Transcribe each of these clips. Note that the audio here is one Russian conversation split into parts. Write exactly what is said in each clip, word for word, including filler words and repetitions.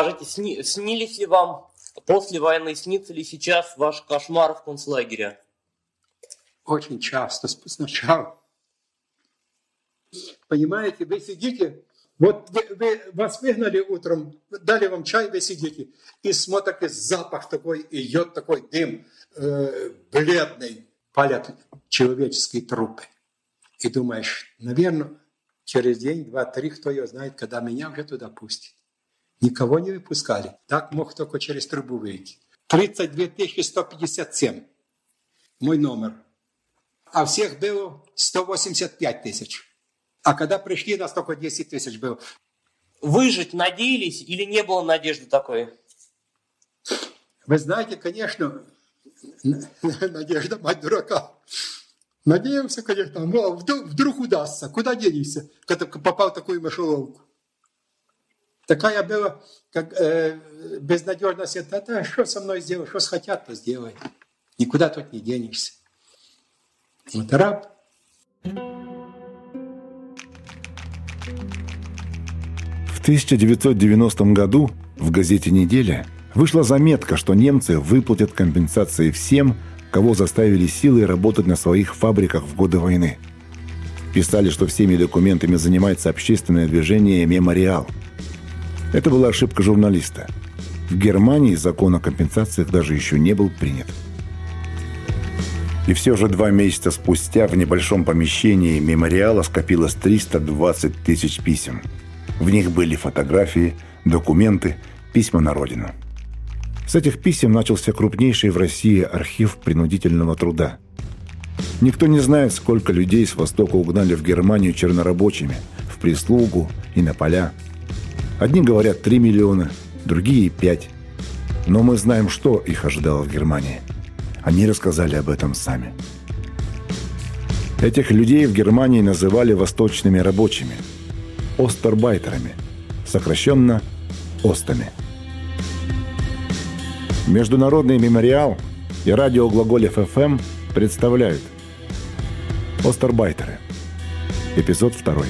Скажите, сни, снились ли вам после войны, снится ли сейчас ваш кошмар в концлагере? Очень часто сначала. Понимаете, вы сидите, вот вы, вы, вас выгнали утром, дали вам чай, вы сидите, и смотрите, запах такой, идет такой дым э, бледный, палят человеческие трупы. И думаешь, наверное, через день, два, три, кто ее знает, когда меня уже туда пустят. Никого не выпускали. Так мог только через трубу выйти. тридцать две тысячи сто пятьдесят семь. Мой номер. А всех было сто восемьдесят пять тысяч. А когда пришли, нас только десять тысяч было. Выжить надеялись или не было надежды такой? Вы знаете, конечно, надежда мать дурака. Надеемся, конечно, но вдруг, вдруг удастся. Куда денешься, когда попал в такую мышеловку? Такая была как, э, безнадежность. Это, это что со мной сделать? Что хотят, то сделай. Никуда тут не денешься. Вот раб. В тысяча девятьсот девяностом году в газете «Неделя» вышла заметка, что немцы выплатят компенсации всем, кого заставили силой работать на своих фабриках в годы войны. Писали, что всеми документами занимается общественное движение «Мемориал». Это была ошибка журналиста. В Германии закон о компенсациях даже еще не был принят. И все же два месяца спустя в небольшом помещении «Мемориала» скопилось триста двадцать тысяч писем. В них были фотографии, документы, письма на родину. С этих писем начался крупнейший в России архив принудительного труда. Никто не знает, сколько людей с Востока угнали в Германию чернорабочими, в прислугу и на поля. Одни говорят три миллиона, другие пять. Но мы знаем, что их ожидало в Германии. Они рассказали об этом сами. Этих людей в Германии называли восточными рабочими, остарбайтерами, сокращенно остами. Международный мемориал и радио Глаголев эф эм представляют «Остарбайтеры». Эпизод второй.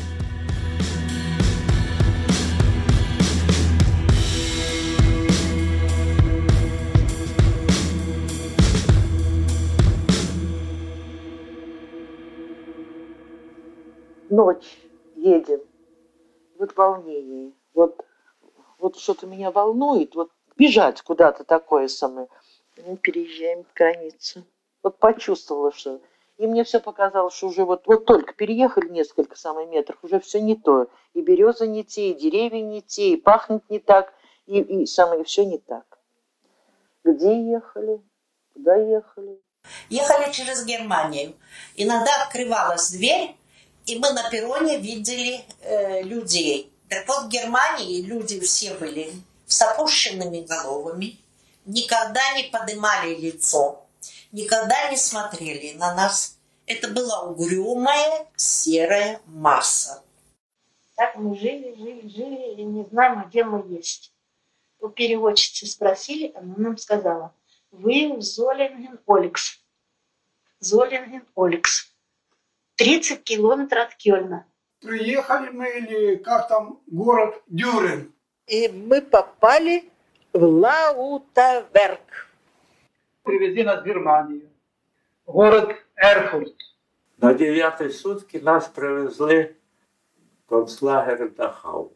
Ночь, едем. Вот волнение. Вот, вот что-то меня волнует. Вот бежать куда-то такое самое. Мы переезжаем границу. Вот почувствовала, что... И мне все показалось, что уже вот, вот только переехали несколько самых метров, уже все не то. И березы не те, и деревья не те, и пахнет не так, и, и самое все не так. Где ехали? Куда ехали? Ехали через Германию. Иногда открывалась дверь, и мы на перроне видели э, людей. Так вот, в Германии люди все были с опущенными головами, никогда не поднимали лицо, никогда не смотрели на нас. Это была угрюмая серая масса. Так мы жили, жили, жили, и не знаем, где мы есть. У переводчицы спросили, она нам сказала: вы в Золинген-Оликс. Золинген-Оликс. тридцать километров от Кёльна. Приехали мы, или как там, город Дюрен. И мы попали в Лаутаверк. Привезли нас в Германию. Город Эрфурт. На девятые сутки нас привезли в концлагерь Дахау.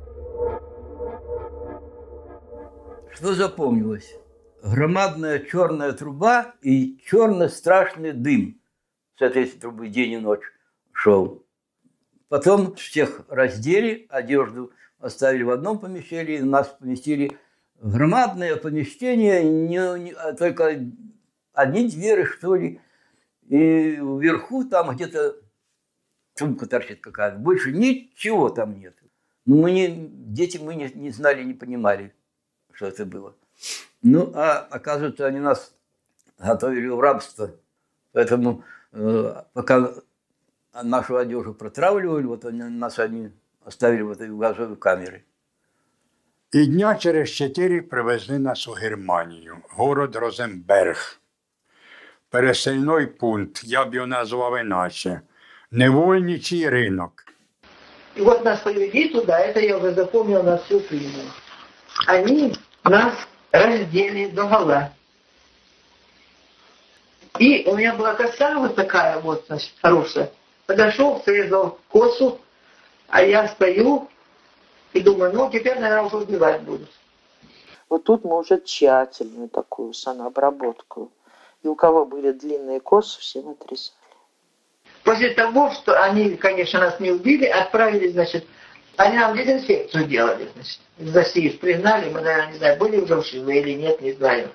Что запомнилось? Громадная черная труба и черный страшный дым с этой трубы день и ночь шел. Потом всех раздели, одежду оставили в одном помещении, нас поместили в громадное помещение, не, не, только одни двери, что ли, и вверху там где-то трубка торчит какая-то, больше ничего там нет. Мы не, дети мы не, не знали, не понимали, что это было. Ну, а оказывается, они нас готовили в рабство, поэтому э, пока нашу одежду протравливали, вот они, нас они оставили в этой газовой камере. І дня через чотири привезли нас у Германію, город Розенберг. Пересильний пункт, я б його назвав іначе, невольничий ринок. И вот нас повели туда, это я уже запомнил на всю жизнь. они нас раздели догола. И у меня была коса вот такая вот, значит, хорошая. Подошел, срезал косу, а я стою и думаю, ну, теперь, наверное, уже убивать будут. Вот тут мы уже тщательную такую санобработку. И у кого были длинные косы, всем отрезали. После того, что они, конечно, нас не убили, отправили, значит, они нам дезинфекцию делали, значит. Из России пригнали, мы, наверное, не знаю, были уже ушивы или нет, не знаю.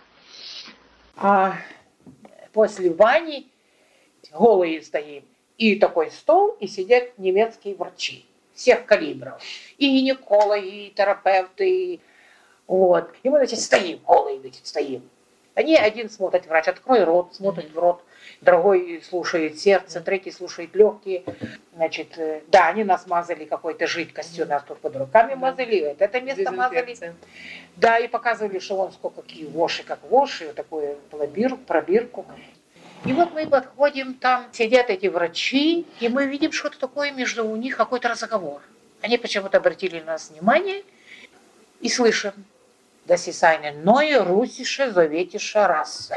А после бани голые стоим. И такой стол, и сидят немецкие врачи всех калибров. И гинекологи, и терапевты. И, вот. И мы, значит, стоим, голые, значит, стоим. Они один смотрит, врач, открой рот, смотрит в рот. Другой слушает сердце, третий слушает легкие. Значит, да, они нас мазали какой-то жидкостью, нас тут под руками мазали, это, это место мазали. Да, и показывали, что вон сколько какие воши, как воши, вот такую пробирку, пробирку. И вот мы подходим, там сидят эти врачи, и мы видим что-то такое между у них, какой-то разговор. Они почему-то обратили на нас внимание и слышим. Das ist eine neue russische sowjetische Rasse.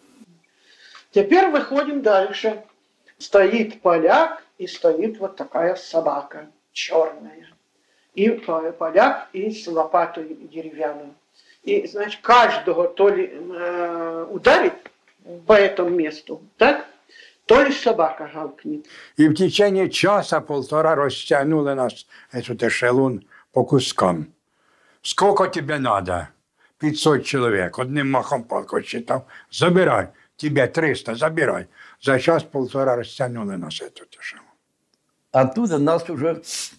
Теперь выходим дальше. Стоит поляк и стоит вот такая собака черная. И поляк и с лопатой деревянной. И, значит, каждого то ли э, ударит по этому месту, так? То ли собака гавкнет. І в течение часа-полтора розтягнули нас, этот эшелон, по кускам. Сколько тебе надо? пятьсот человек. Одним махом палку считал. Забирай. Тебе триста, забирай. За час-полтора растянули нас этот эшелон. Оттуда нас уже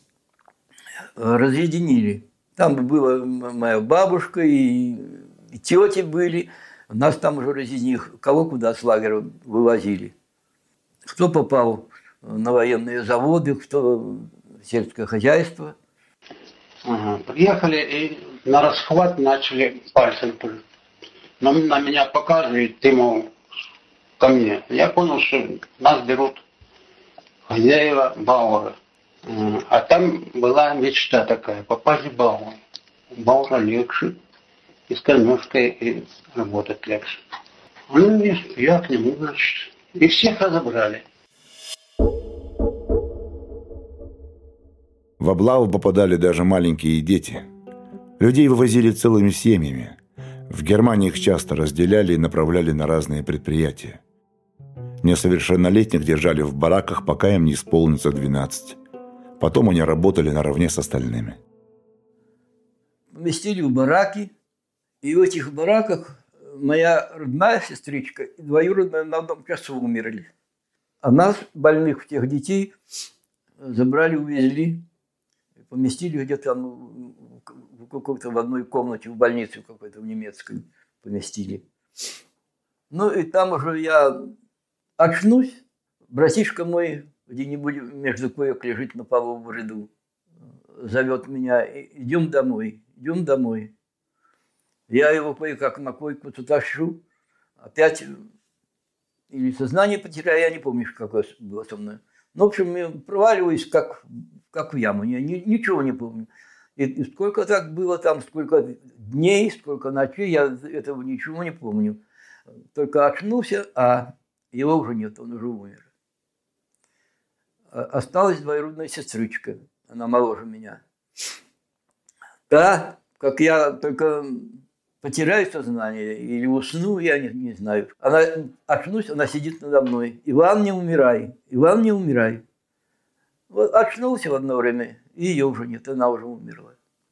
разъединили. Там была моя бабушка и, и тети были. Нас там уже разъединили. Кого куда с лагеря вывозили. Кто попал на военные заводы, кто в сельское хозяйство. Ага. Приехали и на расхват начали пальцем. На, на меня показывает, ты, мол, ко мне. Я понял, что нас берут хозяева Бауэра. А там была мечта такая, попасть в Бауэр. Бауэра легче, и с кормежкой и работать легче. Ну, я к нему, значит, и всех разобрали. В облаву попадали даже маленькие дети. Людей вывозили целыми семьями. В Германии их часто разделяли и направляли на разные предприятия. Несовершеннолетних держали в бараках, пока им не исполнится двенадцать. Потом они работали наравне с остальными. Поместили в бараки, и в этих бараках моя родная сестричка и двоюродная на одном часу умерли. А нас, больных тех детей, забрали, увезли, поместили где-то там в какой-то в одной комнате, в больнице какой-то в немецкой поместили. Ну и там уже я очнусь, братишка мой где-нибудь между коек лежит на полу в ряду, зовет меня: идем домой, идем домой. Я его кое-как на койку тащу, опять или сознание потеряю, я не помню, какое было со мной. Ну, в общем, я проваливаюсь, как, как в яму, я ни, ничего не помню. И, и сколько так было там, сколько дней, сколько ночей, я этого ничего не помню. Только очнулся, а его уже нет, он уже умер. Осталась двоюродная сестричка, она моложе меня. Да, как я только потеряю сознание или усну, я не, не знаю. Она очнусь, она сидит надо мной. Иван, не умирай, Иван, не умирай. Вот очнулся в одно время, и ее уже нет, она уже умерла.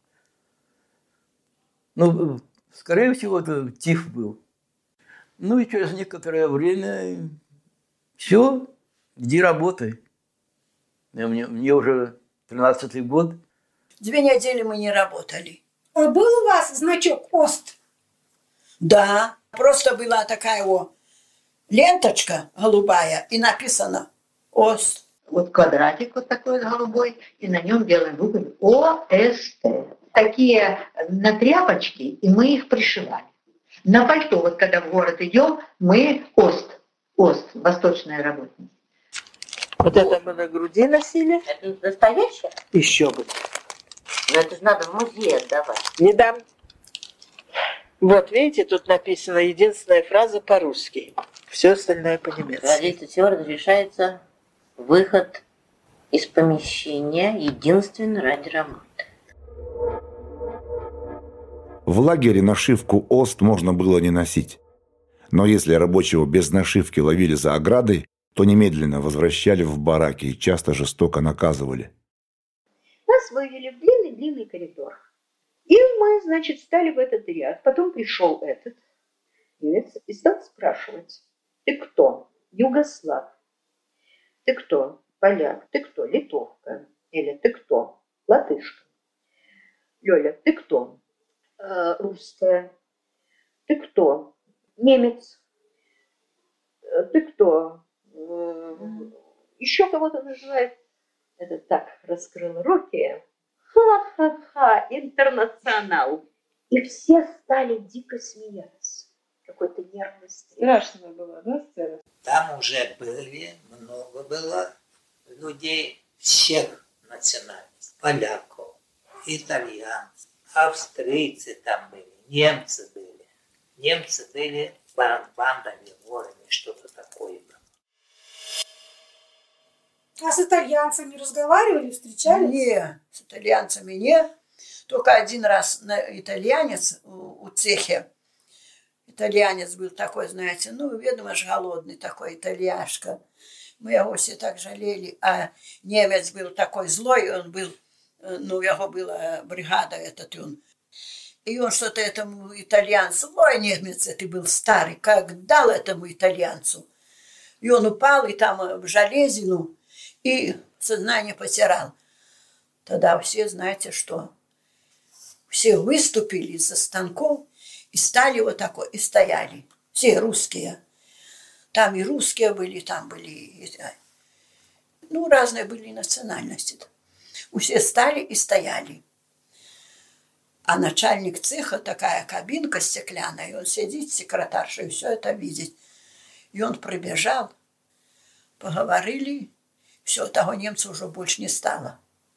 Ну, скорее всего, это тиф был. Ну и через некоторое время все, иди работай. Мне, мне уже тринадцатый год. Две недели мы не работали. А был у вас значок ОСТ? Да, просто была такая вот ленточка голубая и написано ОСТ. Вот квадратик вот такой голубой, и на нем белой буквой О С Т. Такие на тряпочки, и мы их пришивали. На пальто, вот когда в город идем, мы ОСТ, ОСТ, восточная работница. Вот это мы на груди носили. Это настоящее? Еще бы. Но это же надо в музей отдавать. Не дам. Вот, видите, тут написано единственная фраза по-русски. Все остальное по-немецки. Традиция твердо решается выход из помещения единственно ради работы. В лагере нашивку «Ост» можно было не носить. Но если рабочего без нашивки ловили за оградой, то немедленно возвращали в бараки и часто жестоко наказывали. Нас вывели в длинный-длинный коридор. И мы, значит, стали в этот ряд. Потом пришел этот немец и стал спрашивать: ты кто? Югослав. Ты кто? Поляк. Ты кто? Литовка. Или ты кто? Латышка. Лёля, ты кто? Э, русская. Ты кто? Немец. Э, ты кто? Э, еще кого-то называют. Это так раскрыл руки. Ха-ха-ха, интернационал. И все стали дико смеяться. Какой-то нервный стресс. Страшно было, да, сцена? Там уже были, много было людей всех национальностей. Поляков, итальянцев, австрийцы там были, немцы были. Немцы были бандами, ворами, что-то такое было. А с итальянцами разговаривали, встречались? Не, с итальянцами не. Только один раз итальянец у, у цехе. Итальянец был такой, знаете, ну, видимо, ж голодный такой, итальяшка. Мы его все так жалели. А немец был такой злой, он был, ну, его была бригада этот, и он. И он что-то этому итальянцу, ой, немец, это был старый, как дал этому итальянцу. И он упал, и там в железину, и сознание потерял. Тогда все, знаете что, все выступили из-за станков и стали вот такой, и стояли. Все русские. Там и русские были, там были, и, ну, разные были национальности. Все стали и стояли. А начальник цеха, такая кабинка стеклянная, и он сидит, секретарша, и все это видит. И он прибежал, поговорили, все, того немца уже больше не стало.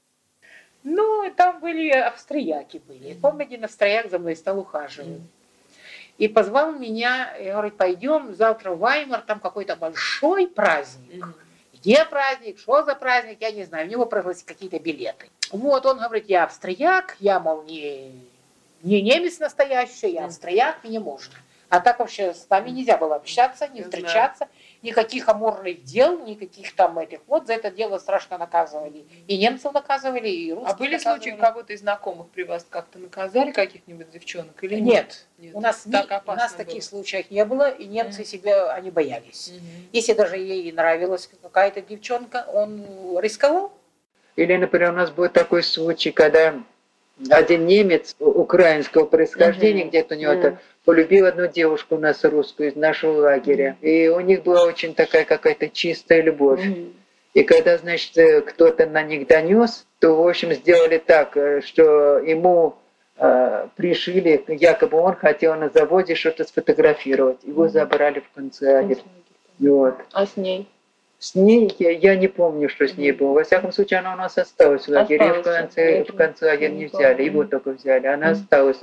Ну, и там были австрияки были. Помните, австрияк за мной стал ухаживать. И позвал меня, и говорит, пойдем завтра в Ваймар, там какой-то большой праздник. Где праздник, что за праздник, я не знаю. У него пришлось какие-то билеты. Вот, он говорит, я австрияк, я, мол, не, не немец настоящий, я австрияк, мне можно. А так вообще с нами нельзя было общаться, не встречаться, никаких амурных дел, никаких там этих. Вот за это дело страшно наказывали. И немцев наказывали, и русских. А были наказывали. случаи, кого-то из знакомых при вас как-то наказали, каких-нибудь девчонок? Или нет? Нет, у нас, так не, у нас было. таких случаев не было, и немцы mm-hmm. себя, они боялись. Mm-hmm. Если даже ей нравилась какая-то девчонка, он рисковал. Или, например, у нас был такой случай, когда один немец украинского происхождения, mm-hmm. где-то у него mm-hmm. полюбил одну девушку у нас русскую из нашего лагеря. Mm-hmm. И у них была очень такая какая-то чистая любовь. Mm-hmm. И когда, значит, кто-то на них донес, то, в общем, сделали так, что ему э, пришили, якобы он хотел на заводе что-то сфотографировать. Его mm-hmm. забрали в концлагерь. Mm-hmm. Вот. А с ней? С ней я, я не помню, что с ней было. Во всяком случае, она у нас осталась в лагере. Осталась. В конце, в конце лагеря не взяли. Его только взяли. Она осталась.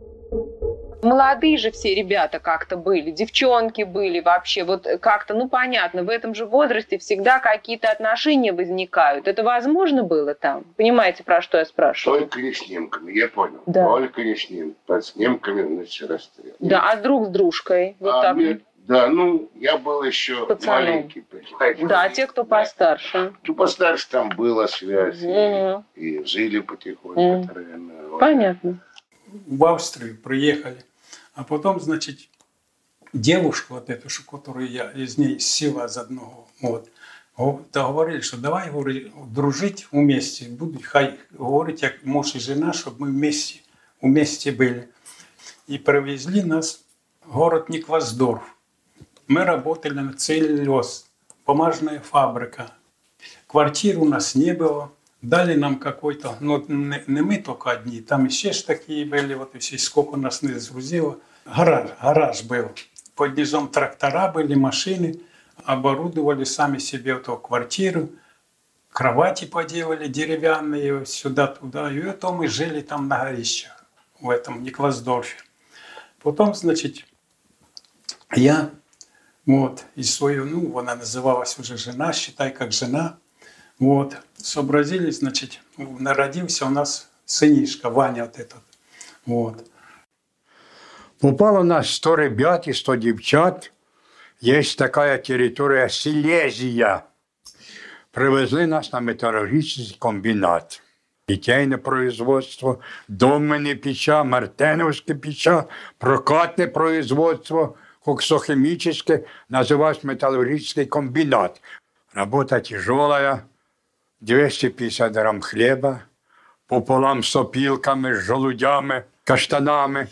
Молодые же все ребята как-то были, девчонки были вообще. Вот как-то, ну понятно, в этом же возрасте всегда какие-то отношения возникают. Это возможно было там? Понимаете, про что я спрашиваю? Только не с немками, я понял. Да. Только не с немками. С немками, значит, расстрел. Да, а друг с дружкой? Вот а так мне... Да, ну, я был еще Пацаном. Маленький, понимаете. Да, те, кто постарше. Ну, постарше там была связь, угу. и, и жили потихоньку. Угу. Вот. Понятно. В Австрию приехали, а потом, значит, девушку вот эту, которую я из ней села з одного, вот, договорили, что давай, говорит, дружить вместе, будут говорить, как муж и жена, чтобы мы вместе, вместе были. И привезли нас в город Никвасдорф. Мы работали на целлюлоз, бумажная фабрика. Квартир у нас не было. Дали нам какой-то, ну не, не мы только одни, там еще ж такие были, вот и сколько нас не загрузило. Гараж, гараж был. Под низом трактора были, машины. Оборудовали сами себе эту квартиру. Кровати поделали деревянные сюда-туда. И это мы жили там на горищах, в этом Никвасдорфе. Потом, значит, я вот, и свою, ну, она называлась уже жена, считай, как жена, вот, сообразили, значит, народился у нас сынишка, Ваня вот этот, вот. Попало нас сто ребят и сто девчат. Есть такая территория Силезия. Привезли нас на металлургический комбинат. Литейне производство, доменне печа, мартеновське печа, прокатне производство, коксохимическое, называется металлургический комбинат. Работа тяжелая, двести пятьдесят грамм хлеба, пополам с опилками, с желудями, каштанами.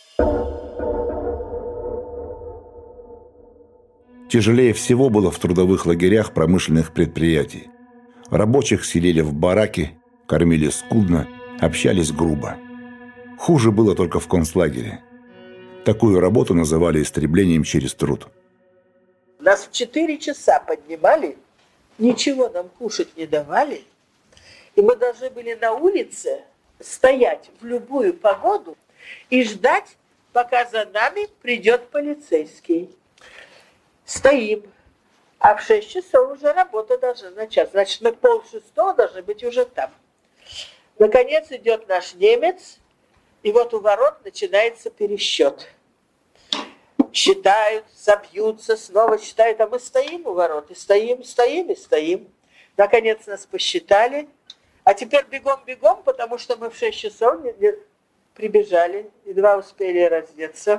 Тяжелее всего было в трудовых лагерях промышленных предприятий. Рабочих селили в бараки, кормили скудно, общались грубо. Хуже было только в концлагере. Такую работу называли истреблением через труд. Нас в четыре часа поднимали, ничего нам кушать не давали. И мы должны были на улице стоять в любую погоду и ждать, пока за нами придет полицейский. Стоим. А в шесть часов уже работа должна начаться. Значит, мы полшестого должны быть уже там. Наконец идет наш немец, и вот у ворот начинается пересчет. Считают, собьются, снова считают, а мы стоим у ворот, и стоим, стоим, и стоим. Наконец нас посчитали, а теперь бегом-бегом, потому что мы в шесть часов не, не, прибежали, едва успели раздеться.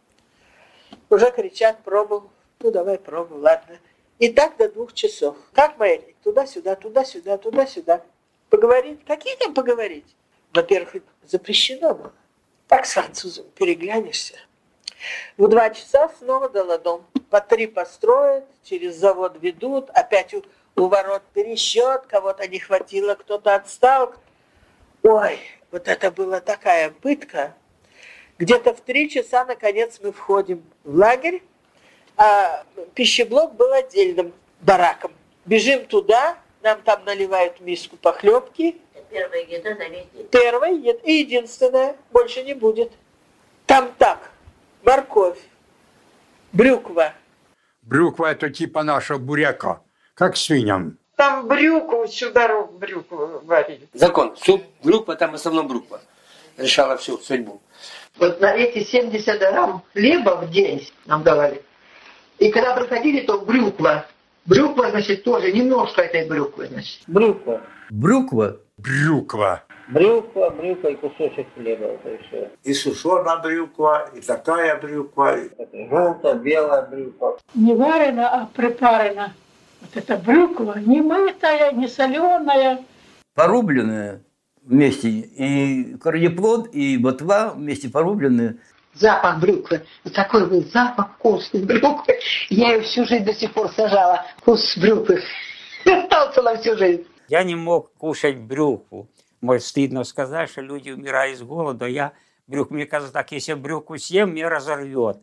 Уже кричат, пробу, ну давай пробу, ладно. И так до двух часов. Как маятник? Туда-сюда, туда-сюда, туда-сюда. Поговорить? Какие там поговорить? Во-первых, запрещено было. Так с французом переглянешься. В два часа снова долодом. По три построят, через завод ведут, опять у, у ворот пересчет, кого-то не хватило, кто-то отстал. Ой, вот это была такая пытка. Где-то в три часа, наконец, мы входим в лагерь, а пищеблок был отдельным бараком. Бежим туда, нам там наливают миску похлебки. Первая еда на весь день. Первая еда и единственная, больше не будет. Там так, морковь, брюква. Брюква – это типа нашего буряка, как свиньям. Там брюкву, всю дорогу брюкву варили. Закон. Все, брюква, там в основном брюква. Решала всю судьбу. Вот на эти семьдесят грамм хлеба в день нам давали. И когда приходили, то брюква. Брюква, значит, тоже немножко этой брюквы, значит. Брюква. Брюква? Брюква. Брюква, брюква и кусочек хлеба. Это и все. И сушеная брюква, и такая брюква. Желтая, белая брюква. Не варена, а припарена. Вот эта брюква не мытая, не соленая. Порубленная вместе. И корнеплод, и ботва вместе порубленные. Запах брюквы. Вот такой был запах вкусный брюквы. Я ее всю жизнь до сих пор сажала. Вкус брюквы. Остался на всю жизнь. Я не мог кушать брюкву. Может, стыдно сказать, что люди умирают с голода. Я брюкву, мне кажется, так, если я брюкву съем, меня разорвет.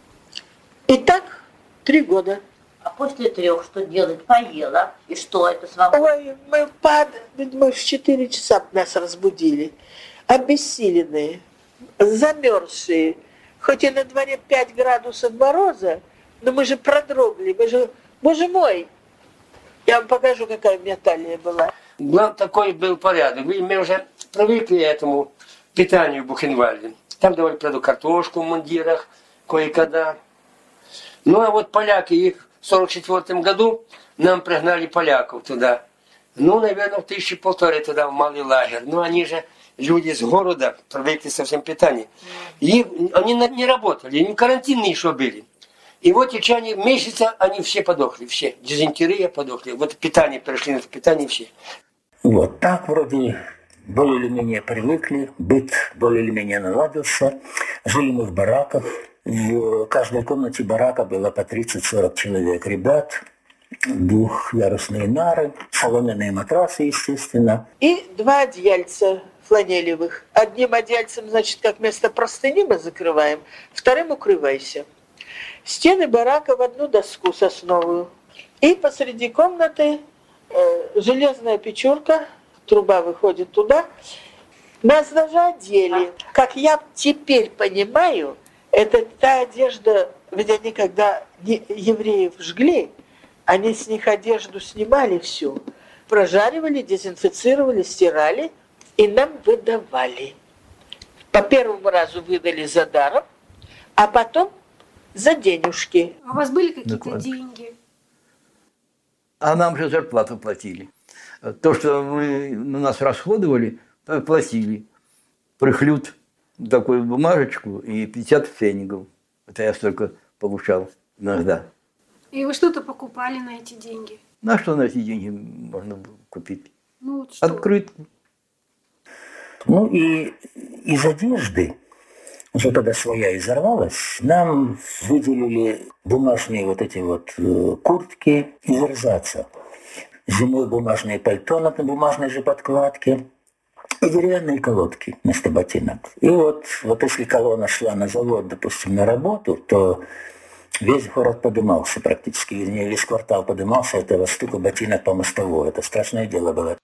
И так три года. А после трех что делать? Поела. И что это с вами? Ой, мы падали, мы в четыре часа нас разбудили. Обессиленные, замерзшие. Хоть и на дворе пять градусов мороза, но мы же продрогли. Мы же, боже мой, я вам покажу, какая у меня талия была. Главное, такой был порядок. Мы уже привыкли к этому питанию в Бухенвальде. Там давали, правда, картошку в мундирах кое-когда. Ну, а вот поляки, их в сорок четвёртом году нам пригнали поляков туда. Ну, наверное, в тысячи полторы туда в малый лагерь. Ну, они же люди с города, привыкли совсем питание. И они не работали, они карантинные еще были. И вот в течение месяца они все подохли, все. Дизентерия подохли. Вот питание, перешли на питание все. Вот так вроде более или менее привыкли, быт более или менее наладился. Жили мы в бараках. В каждой комнате барака было по тридцать-сорок человек. Ребят, двухъярусные нары, соломенные матрасы, естественно. И два одеяльца фланелевых. Одним одеяльцем, значит, как вместо простыни мы закрываем, вторым укрывайся. Стены барака в одну доску сосновую. И посреди комнаты э, железная печурка, труба выходит туда. Нас даже одели. Как я теперь понимаю, Это та одежда, ведь они когда евреев жгли, они с них одежду снимали всю, прожаривали, дезинфицировали, стирали и нам выдавали. По первому разу выдали за даром, а потом за денежки. А у вас были какие-то деньги? А нам же зарплату платили. То, что мы на нас расходовали, платили. Пришлют такую бумажечку и пятьдесят пфенигов. Это я столько получал иногда. И вы что-то покупали на эти деньги? На что на эти деньги можно было купить? Ну, вот что? Открытку. Ну и из одежды, уже когда своя изорвалась, нам выделили бумажные вот эти вот куртки из эрзаца. Зимой бумажные пальто на бумажной же подкладке и деревянные колодки вместо ботинок. И вот, вот если колонна шла на завод, допустим, на работу, то весь город подымался практически, вернее, весь квартал подымался от этого стука ботинок по мостовой. Это страшное дело было.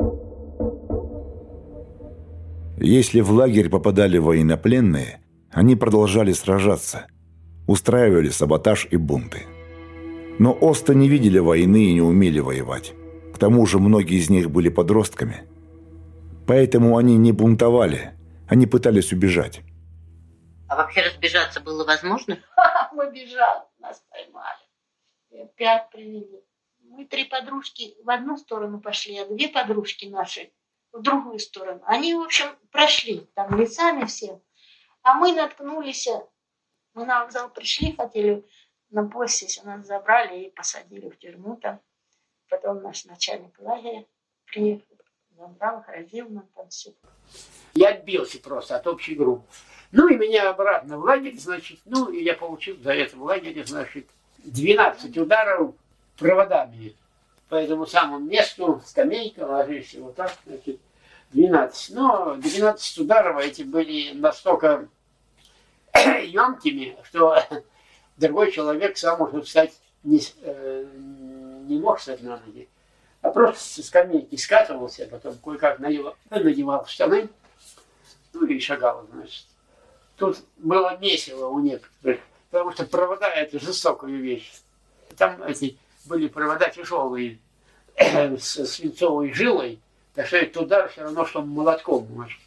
Если в лагерь попадали военнопленные, они продолжали сражаться, устраивали саботаж и бунты. Но Оста не видели войны и не умели воевать. К тому же многие из них были подростками. Поэтому они не бунтовали, они пытались убежать. А вообще разбежаться было возможно? Мы бежали, нас поймали. И опять привели. Мы три подружки в одну сторону пошли, а две подружки наши в другую сторону. Они, в общем, прошли там лицами все. А мы наткнулись, мы на вокзал пришли, хотели на поезд сесть, нас забрали и посадили в тюрьму там. Потом наш начальник лагеря приехал, забрал, ходил нам там все. Я отбился просто от общей группы. Ну и меня обратно в лагерь, значит, ну и я получил за это в лагере, значит, двенадцать ударов проводами. По этому самому месту, скамейка, ложишься вот так, значит, двенадцать. Но двенадцать ударов эти были настолько емкими, что другой человек сам уже встать не, э, не мог встать на ноги. А просто со скамейки скатывался, потом кое-как надевал, надевал штаны, ну и шагал, значит. Тут было весело у некоторых, потому что провода – это жестокая вещь. Там эти были провода тяжелые, с свинцовой жилой, так что этот удар все равно, что молотком может.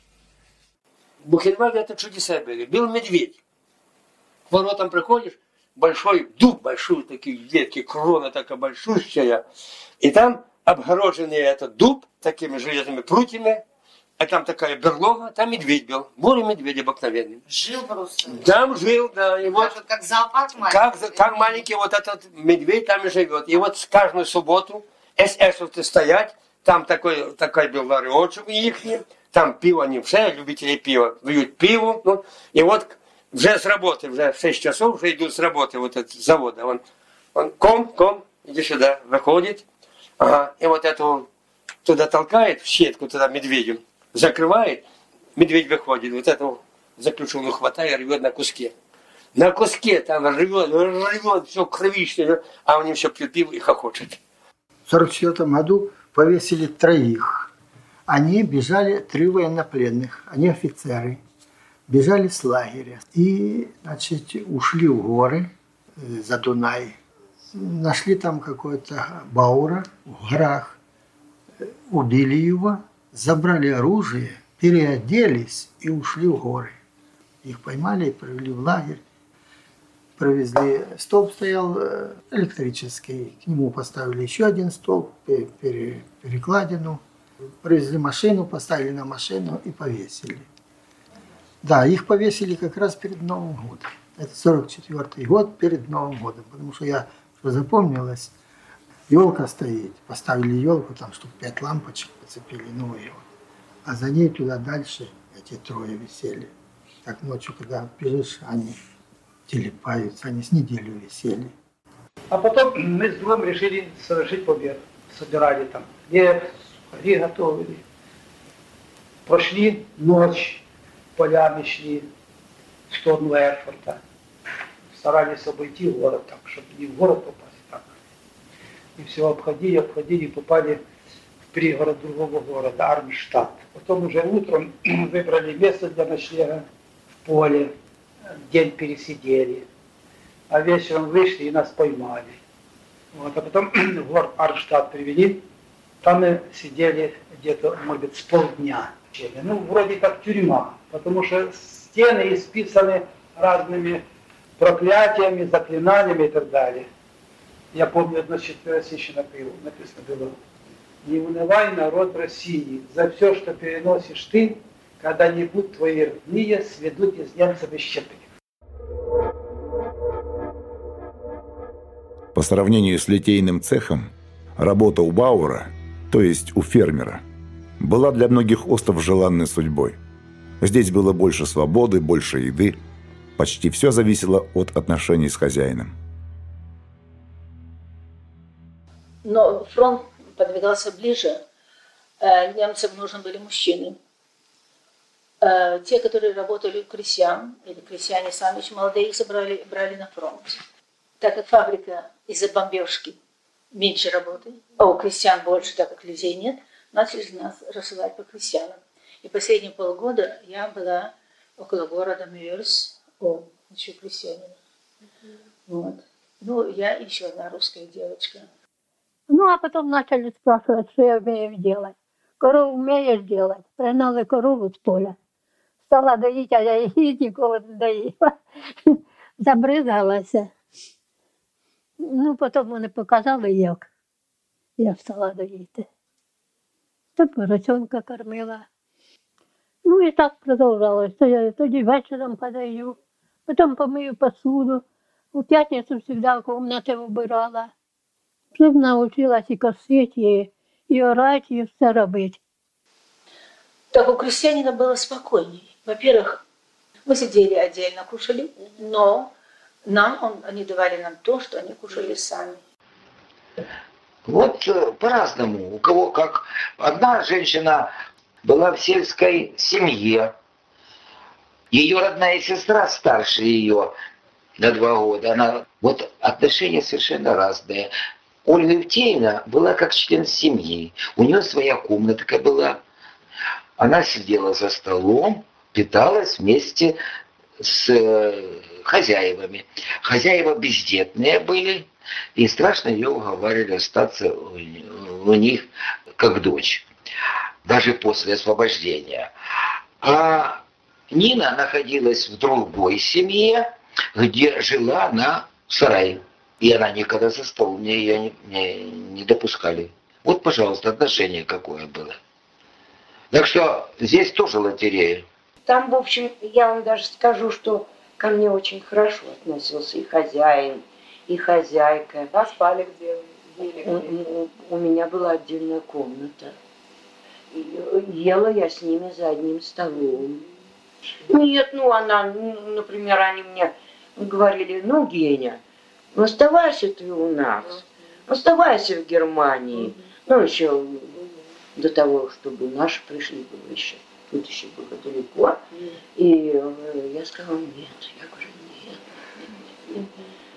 В Бухенвальде это чудеса были. Был медведь. К воротам приходишь, большой дуб, большой такие ветки, крона такая большущая. И там обгороженный этот дуб такими железными прутьями, а там такая берлога, там медведь был. Бурый медведь обыкновенный. Жил просто. Там жил, да. И вот, как зоопарк маленький. Как, как маленький вот этот медведь там и живет. И вот каждую субботу эсэсовцы стоять, там такой, такой был ларечек у них, там пиво, они все, любители пива, пьют пиво. Ну, и вот уже с работы, уже в шесть часов уже идут с работы вот этот завода. Он, он ком, ком, иди сюда, выходит. Ага, и вот эту туда толкает, в щетку туда медведю, закрывает, медведь выходит, вот эту заключенную хватает, рвет на куске. На куске там рвет, рвет, все кровище, а они все пьют пиво и хохочут. В сорок четвёртом году повесили троих. Они бежали, три военнопленных, они офицеры, бежали с лагеря. И, значит, ушли в горы за Дунай. Нашли там какой-то Баура в горах, убили его, забрали оружие, переоделись и ушли в горы. Их поймали и привели в лагерь. Провезли, столб стоял электрический, к нему поставили еще один столб, пере, перекладину. Привезли машину, поставили на машину и повесили. Да, их повесили как раз перед Новым годом. Это сорок четвёртый год перед Новым годом, потому что я, что запомнилось, елка стоит, поставили елку, там штук пять лампочек поцепили, ну и вот. А за ней туда дальше эти трое висели. Так ночью, когда бежишь, они телепаются, они с неделю висели. А потом мы с другом решили совершить побег. Собирали там хлеб, сухари готовили. Прошли ночь, полями шли в сторону Эрфурта. Старались обойти город так, чтобы не в город попасть. Так. И все обходили, обходили, попали в пригород другого города, Армштадт. Потом уже утром выбрали место для ночлега в поле. день пересидели, а вечером вышли и нас поймали. Вот, а потом в город Арнштадт привели, там мы сидели где-то, может быть, с полдня. Ну, вроде как тюрьма, потому что стены исписаны разными проклятиями, заклинаниями и так далее. Я помню, одно четверостишее написано было: «Не унывай, народ России, за все, что переносишь ты, когда-нибудь твои родные сведут из немцев и щепы». По сравнению с литейным цехом, работа у Бауэра, то есть у фермера, была для многих остов желанной судьбой. Здесь было больше свободы, больше еды. Почти все зависело от отношений с хозяином. Но фронт подвигался ближе. Немцам нужны были мужчины. Те, которые работали у крестьян, или крестьяне сами еще молодые, их забрали, брали на фронт. Так как фабрика из-за бомбежки меньше работы, а у крестьян больше, так как людей нет, начали нас рассылать по крестьянам. И последние полгода я была около города Мюрс, о, еще крестьянина. Вот. Ну, я еще одна русская девочка. Ну, а потом начали спрашивать, что я умею делать. Корову умеешь делать? Пригнали корову з поля. Стала доїти, а я її ніколи не доїла. Забризгалася. Ну, потім вони показали, як я стала доїти. То поросенка кормила. Ну, і так продовжалось. То я тоді вечором подаю, потім помию посуду. У п'ятницю завжди кімнати вибирала. Потім навчилась і косити, і, і орати, і все робити. Так у крестьянина было спокойнее. Во-первых, мы сидели отдельно, кушали, но нам он, они давали нам то, что они кушали сами. Вот по-разному. У кого как. Одна женщина была в сельской семье. Ее родная сестра старше ее на два года. Она... Вот отношения совершенно разные. Ольга Евтеевна была как член семьи. У нее своя комнатка была. Она сидела за столом, питалась вместе с хозяевами. Хозяева бездетные были, и страшно ее уговаривали остаться у них как дочь, даже после освобождения. А Нина находилась в другой семье, где жила она в сарае. И она никогда за стол ее не, не, не допускали. Вот, пожалуйста, отношение какое было. Так что здесь тоже лотерея. Там, в общем, я вам даже скажу, что ко мне очень хорошо относился и хозяин, и хозяйка. А спали где? Ели где? У, у меня была отдельная комната. Ела я с ними за одним столом. Нет, ну она, например, они мне говорили: ну, Геня, ну оставайся ты у нас, оставайся в Германии. Ну, еще до того, чтобы наши пришли, было еще, тут еще было далеко. И я сказала: нет, я говорю, нет, нет,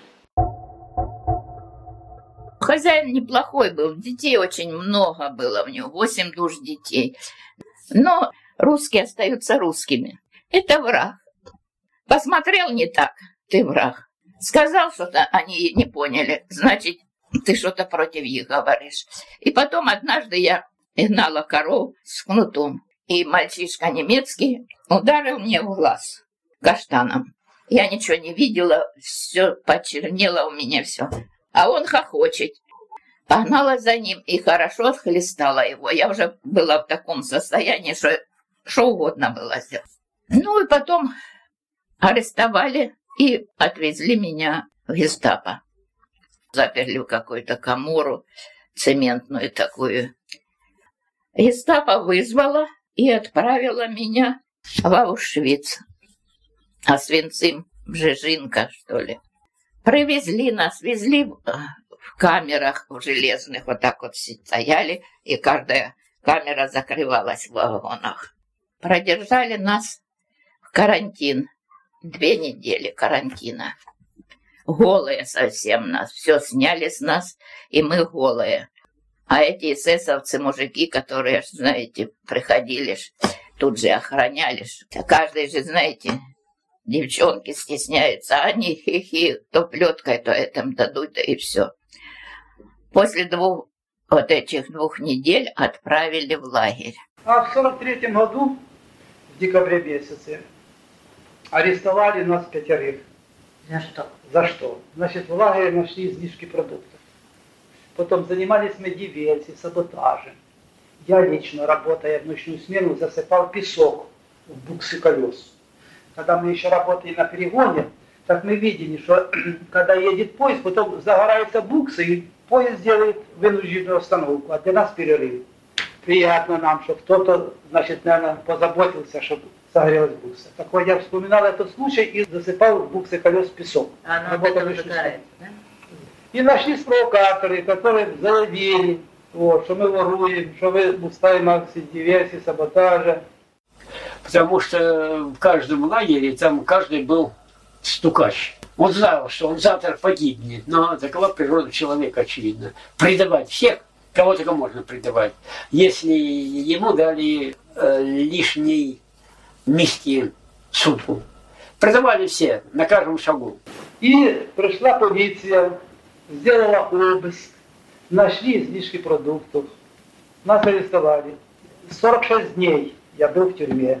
нет. Хозяин неплохой был, детей очень много было у него, восемь душ детей. Но русские остаются русскими. Это враг. Посмотрел не так, ты враг. Сказал что-то, они не поняли, значит, ты что-то против них говоришь. И потом однажды я гнала коров с кнутом, и мальчишка немецкий ударил мне в глаз каштаном. Я ничего не видела, все почернело у меня все. А он хохочет. Погнала за ним и хорошо отхлестала его. Я уже была в таком состоянии, что что угодно было сделать. Ну и потом арестовали и отвезли меня в гестапо. Заперли в какую-то камору цементную такую. Гестапо вызвала и отправила меня в Аушвиц. А Освенцим, Бжежинка, что ли. Привезли нас, везли в камерах в железных, вот так вот стояли, и каждая камера закрывалась в вагонах. Продержали нас в карантин. Две недели карантина. Голые совсем нас. Все сняли с нас, и мы голые. А эти эсэсовцы, мужики, которые, знаете, приходили, тут же охраняли. Каждый же, знаете, девчонки стесняются, они хихи, то плеткой, то этим дадут, и все. После двух вот этих двух недель отправили в лагерь. А в сорок третьем году, в декабре месяце, арестовали нас пятерых. За что? За что? Значит, в лагере нашли излишки продуктов. Потом занимались мы диверсией, саботажем. Я лично, работая в ночную смену, засыпал песок в буксы колес. Когда мы еще работали на перегоне, так мы видели, что когда едет поезд, потом загораются буксы, и поезд делает вынужденную остановку, а для нас перерыв. Приятно нам, что кто-то, значит, наверное, позаботился, чтобы загорелась букса. Так вот, я вспоминал этот случай и засыпал в буксы колес песок. А она от этого загорается, да? И нашлись провокаторы, которые заявили, вот, что мы воруем, что мы устраиваем акции диверсии, саботажа. Потому что в каждом лагере там каждый был стукач. Он знал, что он завтра погибнет, но такова природа человека, очевидно. Предавать всех, кого только можно предавать, если ему дали э, лишний миски сутку. Предавали все, на каждом шагу. И пришла полиция, сделала обыск, нашли излишки продуктов, нас арестовали. сорок шесть дней я был в тюрьме.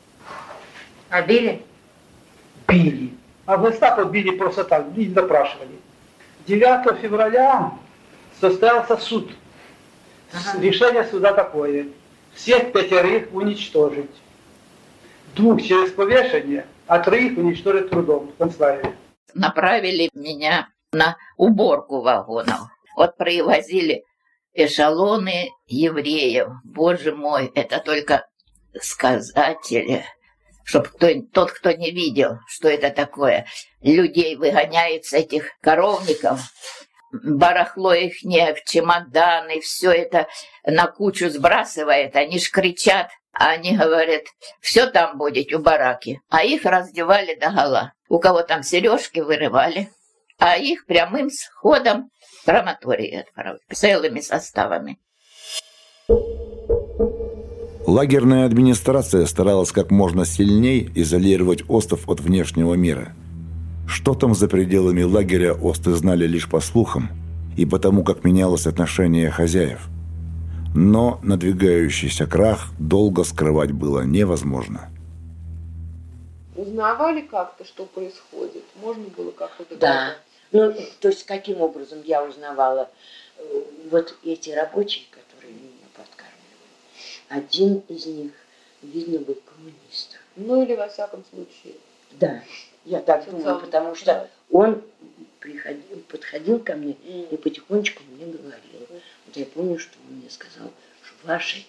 А били? Били. А в гестапо били просто так, не допрашивали. девятого февраля состоялся суд. Ага. Решение суда такое. Всех пятерых уничтожить. Двух через повешение, а троих уничтожить трудом в концлагере. Направили меня на уборку вагонов. Вот привозили эшелоны евреев. Боже мой, это только сказатели. Чтоб кто, тот, кто не видел, что это такое. Людей выгоняют с этих коровников. Барахло их не в чемоданы, все это на кучу сбрасывает. Они ж кричат. Они говорят, все там будет у бараки. А их раздевали догола. У кого там сережки вырывали. А их прямым сходом в крематорий отправили. Целыми составами. Лагерная администрация старалась как можно сильнее изолировать остров от внешнего мира. Что там за пределами лагеря, осты знали лишь по слухам и потому, как менялось отношение хозяев. Но надвигающийся крах долго скрывать было невозможно. Узнавали как-то, что происходит? Можно было как-то догадаться? Да. Ну, то есть, каким образом я узнавала? Вот эти рабочие, которые меня подкармливали, один из них, видно, был коммунистом. Ну, или во всяком случае. Да, я так думаю, потому что он приходил, подходил ко мне и потихонечку мне говорил. Вот я помню, что он мне сказал, что ваши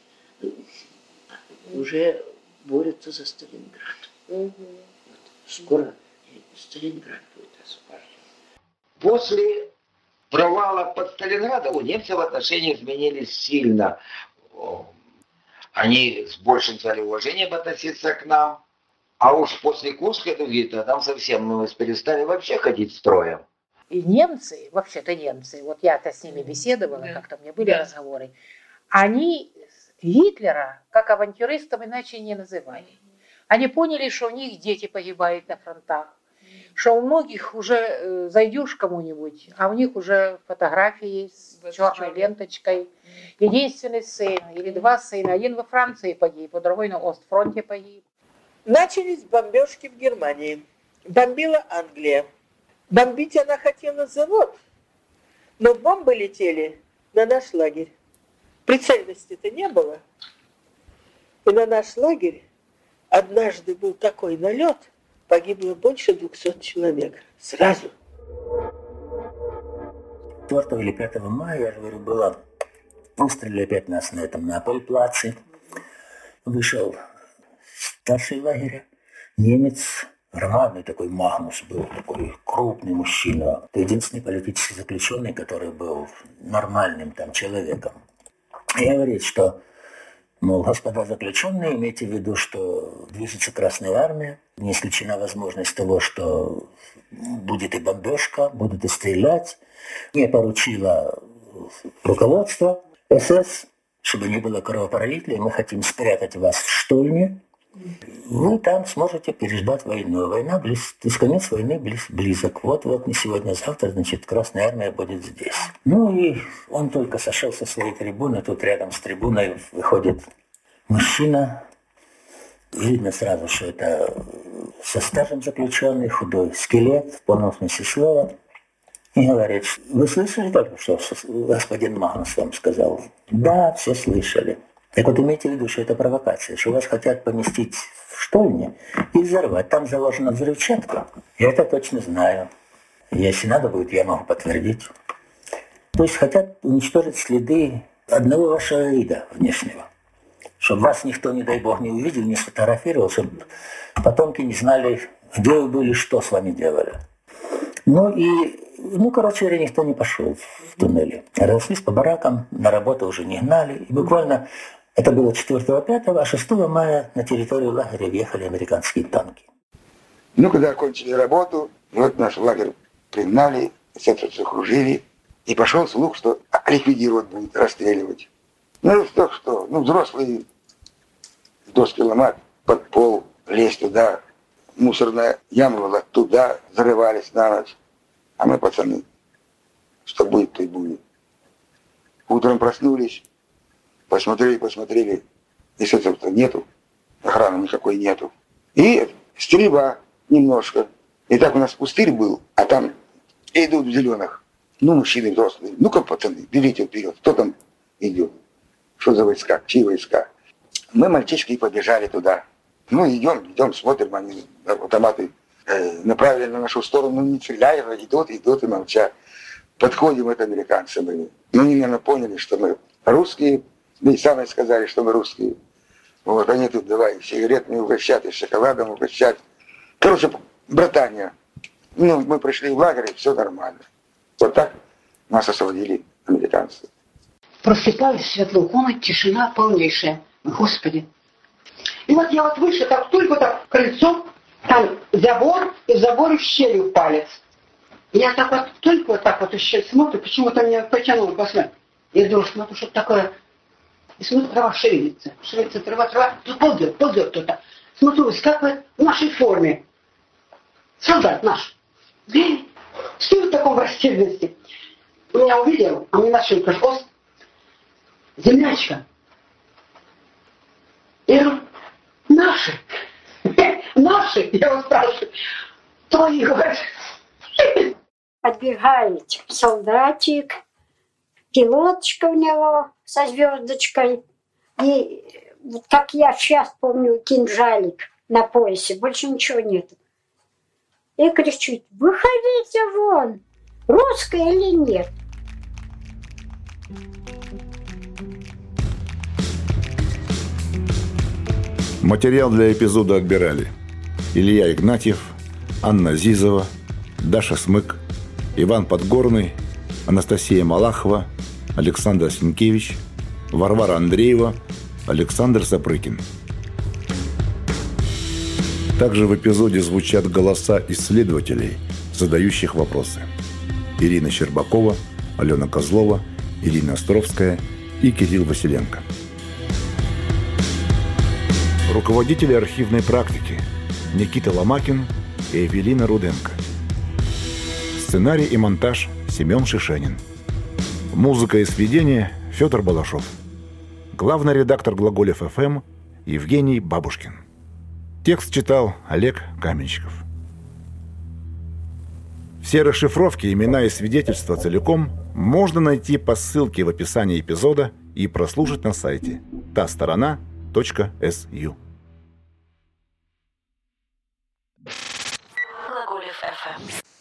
уже борются за Сталинград. Угу. Вот, скоро Сталинград будет освобожден. После провала под Сталинградом у немцев отношения изменились сильно. Они с большим стали уважением относиться к нам. А уж после Курской дуги, то там совсем мы перестали вообще ходить строем. И немцы, вообще-то немцы, вот я-то с ними беседовала, да. Как-то у меня были да. разговоры, они Гитлера как авантюристом иначе не называли. Они поняли, что у них дети погибают на фронтах, что у многих уже э, зайдешь кому-нибудь, а у них уже фотографии с черной ленточкой. Единственный сын или два сына, один во Франции погиб, а другой на Остфронте погиб. Начались бомбежки в Германии. Бомбила Англия. Бомбить она хотела завод, но бомбы летели на наш лагерь. Прицельности-то не было. И на наш лагерь однажды был такой налет, погибло больше двухсот человек. Сразу. четвёртого или пятого мая, я же говорю, было, выстрелили опять нас на этом, на Апельплаце. Вышел старший лагеря, немец, громадный такой Магнус был, такой крупный мужчина. Это единственный политический заключенный, который был нормальным там человеком. И говорит, что, мол, господа заключенные, имейте в виду, что движется Красная Армия, не исключена возможность того, что будет и бомбежка, будут и стрелять. Мне поручило руководство эс эс, чтобы не было кровопролития, мы хотим спрятать вас в штольне, Вы там сможете переждать войну. Война близ... То есть конец войны близ... близок. Вот-вот, не сегодня-завтра, значит, Красная Армия будет здесь. Ну и он только сошел со своей трибуны. Тут рядом с трибуной выходит мужчина. Видно сразу, что это со стажем заключенный, худой скелет, в полном смысле слова. И говорит: вы слышали только, что господин Магнус вам сказал? Да, все слышали. Так вот, имейте в виду, что это провокация, что вас хотят поместить в штольне и взорвать. Там заложена взрывчатка. Я это точно знаю. Если надо будет, я могу подтвердить. То есть хотят уничтожить следы одного вашего вида внешнего. Чтобы вас никто, не дай бог, не увидел, не сфотографировал, чтобы потомки не знали, где вы были, что с вами делали. Ну и, ну, короче говоря, никто не пошел в туннели. Разошлись по баракам, на работу уже не гнали. И буквально это было четвёртого-пятого, а шестого мая на территорию лагеря въехали американские танки. Ну, когда окончили работу, вот наш лагерь пригнали, эсэсовцы окружили, и пошел слух, что ликвидировать будут, расстреливать. Ну, что, что, ну, взрослые доски ломать, под пол, лезть туда, мусорная яма была, туда зарывались на ночь. А мы, пацаны, что будет, то и будет. Утром проснулись, посмотрели, посмотрели, эсэсовцев нету, охраны никакой нету. И стрельба немножко. И так у нас пустырь был, а там идут в зеленых. Ну, мужчины взрослые. Ну-ка, пацаны, берите вперед, кто там идет? Что за войска? Чьи войска? Мы, мальчишки, побежали туда. Ну, идем, идем, смотрим, они автоматы э, направили на нашу сторону, не стреляют, идут, идут и молчат. Подходим, это американцы были. Ну, они, наверное, поняли, что мы русские, да и сами сказали, что мы русские. Вот, они тут давай сигаретами угощать, и шоколадом угощать. Короче, братания. Ну, мы пришли в лагерь, и все нормально. Вот так нас освободили американцы. Просыпаюсь в светлой комнате, тишина полнейшая. Господи. И вот я вот вышла, как только так крыльцо, там забор, и в заборе в щель в палец. Я так вот, только вот так вот в щель смотрю, почему-то меня потянуло посмотреть. Я думаю, смотрю, что такое. И смотрю, трава шевелится. Шевелится трава, трава, тут ползет, ползет кто-то. Смотрю, выскакивает в нашей форме. Солдат наш. Стою в таком растерянности. Меня увидел, а мне начал прихост. Землячка. Я говорю, наши. Наши. Я его спрашиваю. Твои, говорят. Подбегает солдатик, пилоточка у него со звездочкой. И, как я сейчас помню, кинжалик на поясе. Больше ничего нет. И кричит, выходите вон, русская или нет? Материал для эпизода отбирали Илья Игнатьев, Анна Зизова, Даша Смык, Иван Подгорный, Анастасия Малахова, Александр Сенкевич, Варвара Андреева, Александр Сапрыкин. Также в эпизоде звучат голоса исследователей, задающих вопросы. Ирина Щербакова, Алена Козлова, Ирина Островская и Кирилл Василенко. Руководители архивной практики Никита Ломакин и Эвелина Руденко. Сценарий и монтаж Семен Шишенин. Музыка и сведение Федор Балашов. Главный редактор Глаголев эф эм Евгений Бабушкин. Текст читал Олег Каменщиков. Все расшифровки, имена и свидетельства целиком можно найти по ссылке в описании эпизода и прослушать на сайте та сторона точка эс ю. Глаголев эф эм.